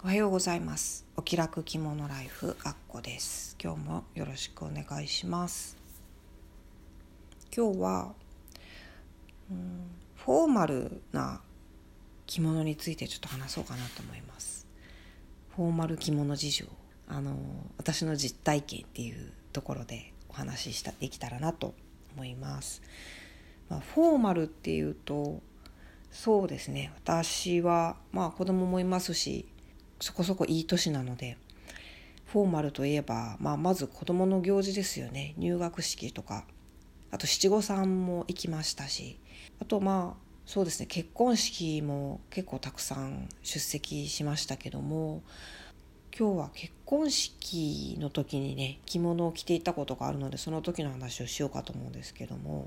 おはようございます。お気楽着物ライフあっこです。今日もよろしくお願いします。今日はフォーマルな着物についてちょっと話そうかなと思います。フォーマル着物事情、私の実体験っていうところでお話しできたらなと思います。フォーマルっていうと、そうですね、私は子供もいますし、そこそこいい年なので、フォーマルといえば、まず子供の行事ですよね。入学式とか、あと七五三も行きましたし、あとそうですね、結婚式も結構たくさん出席しましたけども、今日は結婚式の時にね、着物を着ていたことがあるので、その時の話をしようかと思うんですけども、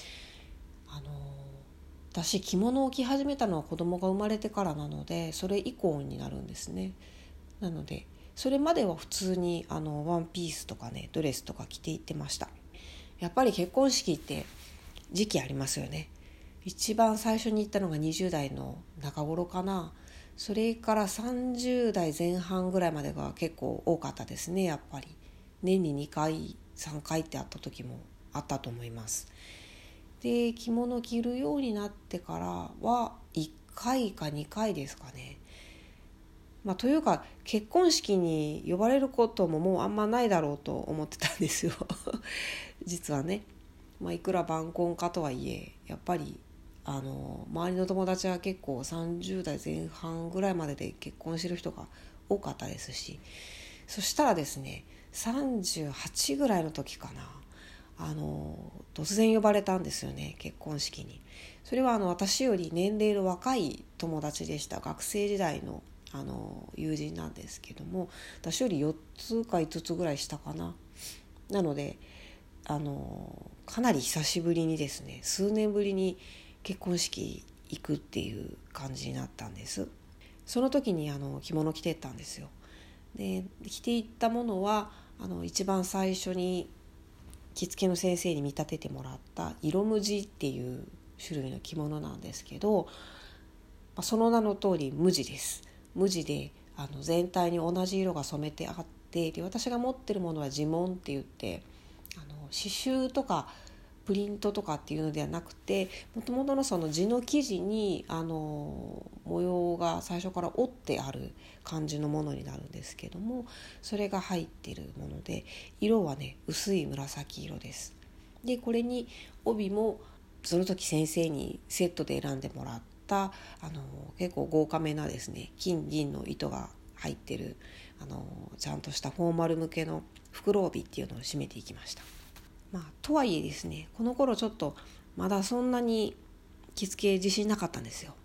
私着物を着始めたのは子供が生まれてからなので、それ以降になるんですね。なのでそれまでは普通にワンピースとかね、ドレスとか着ていってました。やっぱり結婚式って時期ありますよね。一番最初に行ったのが20代の中頃かな。それから30代前半ぐらいまでが結構多かったですね。やっぱり年に2回3回ってあった時もあったと思います。で、着物着るようになってからは1回か2回ですかね。というか結婚式に呼ばれることももうあんまないだろうと思ってたんですよ実はね。いくら晩婚かとはいえ、やっぱり周りの友達は結構30代前半ぐらいまでで結婚してる人が多かったですし、そしたらですね、38ぐらいの時かな、突然呼ばれたんですよね、結婚式に。それは私より年齢の若い友達でした。学生時代の友人なんですけども、私より4つか5つぐらい下かな。なのでかなり久しぶりにですね、数年ぶりに結婚式行くっていう感じになったんです。その時に着物着てったんですよ。で、着ていったものは一番最初に着付けの先生に見立ててもらった色無地っていう種類の着物なんですけど、その名の通り無地です。無地で全体に同じ色が染めてあって、で私が持ってるものは地紋って言って、刺繍とかプリントとかっていうのではなくて、もともとのその地の生地に模様が最初から織ってある感じのものになるんですけども、それが入っているもので、色はね薄い紫色です。でこれに帯もその時先生にセットで選んでもらった結構豪華めなですね、金銀の糸が入ってるちゃんとしたフォーマル向けの袋帯っていうのを締めていきました。とはいえですね、この頃ちょっとまだそんなに着付け自信なかったんですよ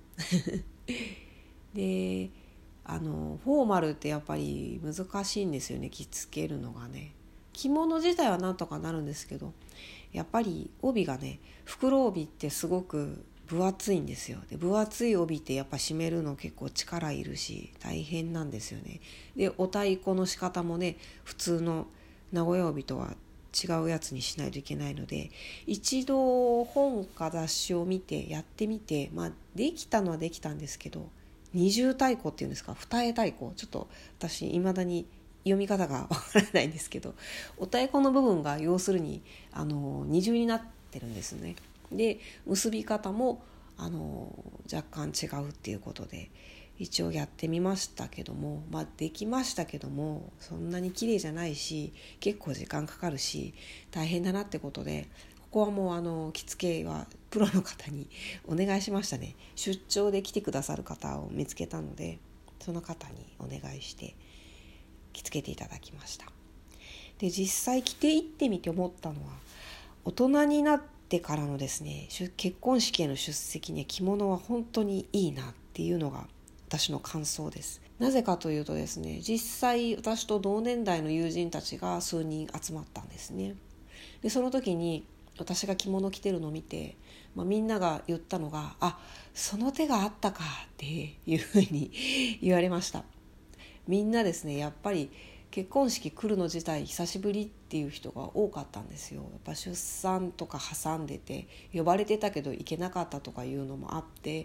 でフォーマルってやっぱり難しいんですよね、着付けるのがね。着物自体はなんとかなるんですけど、やっぱり帯がね、袋帯ってすごく分厚いんですよ。で分厚い帯ってやっぱ締めるの結構力いるし大変なんですよね。でお太鼓の仕方もね、普通の名古屋帯とは違うやつにしないといけないので、一度本か雑誌を見てやってみて、できたのはできたんですけど、二重太鼓っていうんですか、二重太鼓、ちょっと私未だに読み方がわからないんですけど、お太鼓の部分が要するに二重になってるんですね。で結び方も若干違うっていうことで、一応やってみましたけども、できましたけども、そんなに綺麗じゃないし結構時間かかるし大変だなってことで、ここはもう着付けはプロの方にお願いしましたね。出張で来てくださる方を見つけたので、その方にお願いして着付けていただきました。で実際着ていってみて思ったのは、大人になってからのですね、結婚式への出席に着物は本当にいいなっていうのが私の感想です。なぜかというとですね、実際私と同年代の友人たちが数人集まったんですね。でその時に私が着物着てるのを見て、みんなが言ったのが、その手があったかっていうふうに言われました。みんなですね、やっぱり結婚式来るの自体久しぶりっていう人が多かったんですよ。やっぱ出産とか挟んでて呼ばれてたけど行けなかったとかいうのもあって、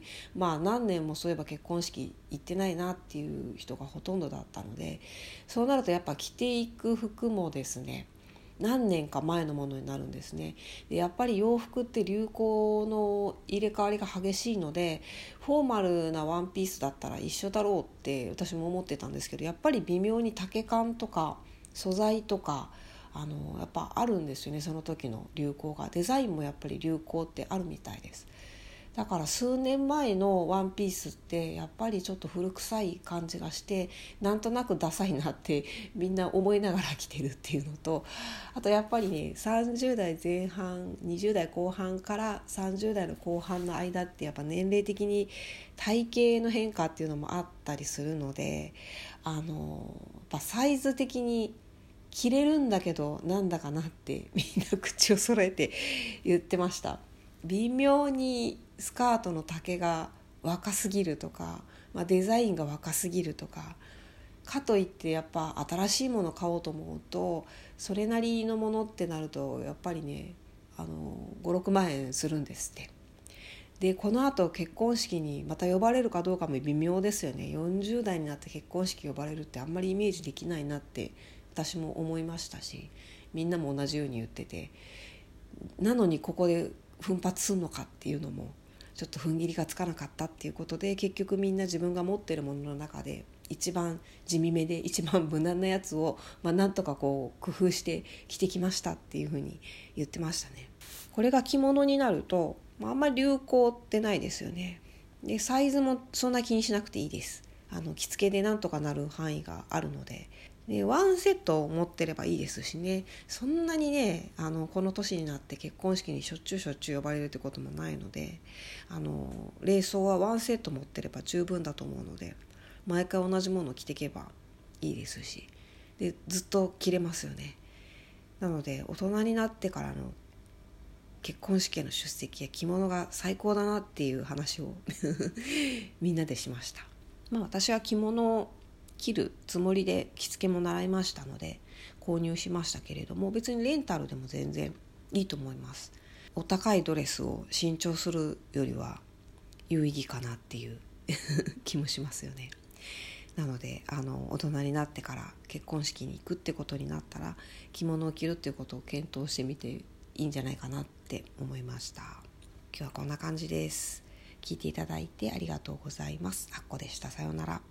何年もそういえば結婚式行ってないなっていう人がほとんどだったので、そうなるとやっぱ着ていく服もですね、何年か前のものになるんですね。でやっぱり洋服って流行の入れ替わりが激しいので、フォーマルなワンピースだったら一緒だろうって私も思ってたんですけど、やっぱり微妙に丈感とか素材とかやっぱあるんですよね。その時の流行が、デザインもやっぱり流行ってあるみたいです。だから数年前のワンピースってやっぱりちょっと古臭い感じがして、なんとなくダサいなってみんな思いながら着てるっていうのと、あとやっぱりね、30代前半20代後半から30代の後半の間ってやっぱ年齢的に体型の変化っていうのもあったりするので、やっぱサイズ的に着れるんだけどなんだかなってみんな口を揃えて言ってました。微妙にスカートの丈が若すぎるとか、デザインが若すぎるとか、かといってやっぱ新しいものを買おうと思うとそれなりのものってなるとやっぱりね、5、6万円するんですって。でこのあと結婚式にまた呼ばれるかどうかも微妙ですよね。40代になって結婚式呼ばれるってあんまりイメージできないなって私も思いましたし、みんなも同じように言ってて、なのにここで奮発するのかっていうのもちょっと踏ん切りがつかなかったっていうことで、結局みんな自分が持ってるものの中で一番地味めで一番無難なやつを、なんとかこう工夫して着てきましたっていうふうに言ってましたね。これが着物になると、あんまり流行ってないですよね。でサイズもそんな気にしなくていいです。着付けでなんとかなる範囲があるので、ワンセットを持ってればいいですしね。そんなにね、この年になって結婚式にしょっちゅう呼ばれるってこともないので、礼装はワンセット持ってれば十分だと思うので、毎回同じものを着ていけばいいですし、でずっと着れますよね。なので大人になってからの結婚式への出席や着物が最高だなっていう話をみんなでしました。私は着物を着るつもりで着付けも習いましたので購入しましたけれども、別にレンタルでも全然いいと思います。お高いドレスを新調するよりは有意義かなっていう気もしますよね。なので大人になってから結婚式に行くってことになったら着物を着るっていうことを検討してみていいんじゃないかなって思いました。今日はこんな感じです。聞いていただいてありがとうございます。あっこでした。さようなら。